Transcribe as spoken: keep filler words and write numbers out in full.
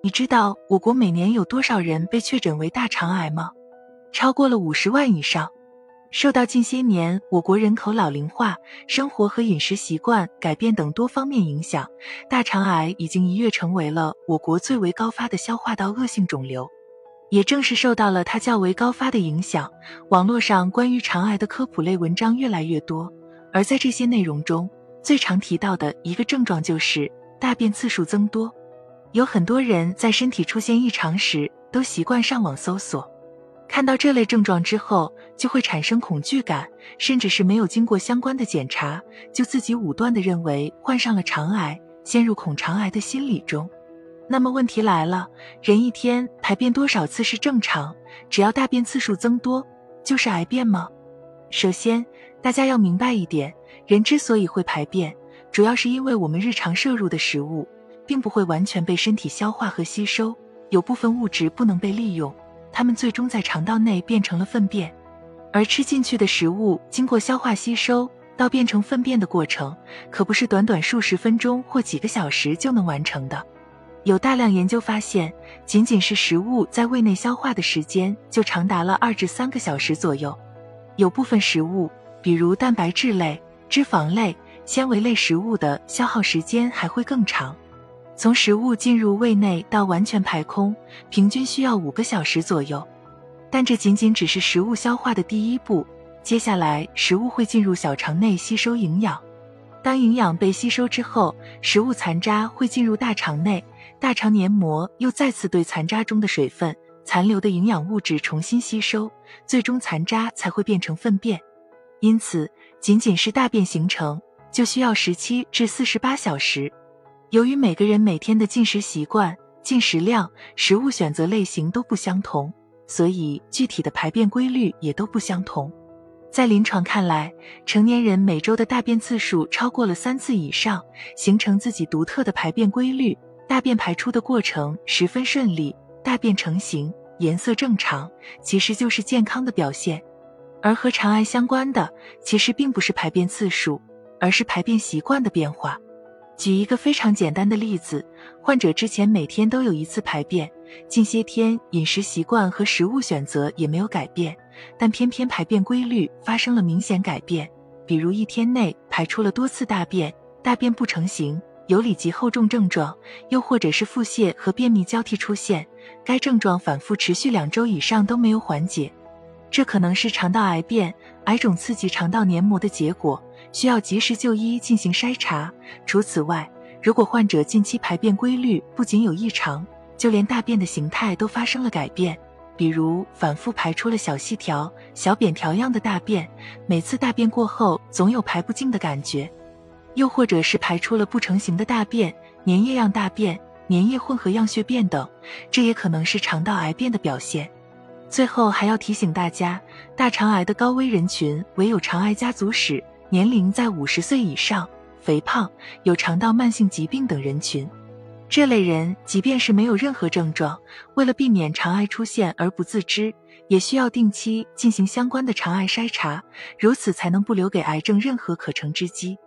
你知道我国每年有多少人被确诊为大肠癌吗？超过了五十万以上。受到近些年我国人口老龄化、生活和饮食习惯改变等多方面影响，大肠癌已经一跃成为了我国最为高发的消化道恶性肿瘤。也正是受到了它较为高发的影响，网络上关于肠癌的科普类文章越来越多，而在这些内容中，最常提到的一个症状就是大便次数增多。有很多人在身体出现异常时，都习惯上网搜索，看到这类症状之后，就会产生恐惧感，甚至是没有经过相关的检查，就自己武断地认为患上了肠癌，陷入恐肠癌的心理中。那么问题来了，人一天排便多少次是正常？只要大便次数增多，就是癌变吗？首先，大家要明白一点，人之所以会排便，主要是因为我们日常摄入的食物，并不会完全被身体消化和吸收，有部分物质不能被利用，它们最终在肠道内变成了粪便。而吃进去的食物经过消化吸收到变成粪便的过程，可不是短短数十分钟或几个小时就能完成的。有大量研究发现，仅仅是食物在胃内消化的时间就长达了二至三个小时左右。有部分食物，比如蛋白质类、脂肪类、纤维类食物的消耗时间还会更长。从食物进入胃内到完全排空，平均需要五个小时左右。但这仅仅只是食物消化的第一步，接下来食物会进入小肠内吸收营养。当营养被吸收之后，食物残渣会进入大肠内，大肠黏膜又再次对残渣中的水分、残留的营养物质重新吸收，最终残渣才会变成粪便。因此，仅仅是大便形成，就需要十七至四十八小时。由于每个人每天的进食习惯、进食量、食物选择类型都不相同，所以具体的排便规律也都不相同。在临床看来，成年人每周的大便次数超过了三次以上，形成自己独特的排便规律，大便排出的过程十分顺利，大便成型，颜色正常，其实就是健康的表现。而和肠癌相关的，其实并不是排便次数，而是排便习惯的变化。举一个非常简单的例子，患者之前每天都有一次排便，近些天饮食习惯和食物选择也没有改变，但偏偏排便规律发生了明显改变，比如一天内排出了多次大便，大便不成形，有里急后重症状，又或者是腹泻和便秘交替出现，该症状反复持续两周以上都没有缓解。这可能是肠道癌变、癌肿刺激肠道黏膜的结果，需要及时就医进行筛查。除此外，如果患者近期排便规律不仅有异常，就连大便的形态都发生了改变，比如反复排出了小细条、小扁条样的大便，每次大便过后总有排不尽的感觉，又或者是排出了不成形的大便、粘液样大便、粘液混合样血便等，这也可能是肠道癌变的表现。最后还要提醒大家，大肠癌的高危人群为有肠癌家族史、年龄在五十岁以上、肥胖、有肠道慢性疾病等人群。这类人即便是没有任何症状，为了避免肠癌出现而不自知，也需要定期进行相关的肠癌筛查，如此才能不留给癌症任何可乘之机。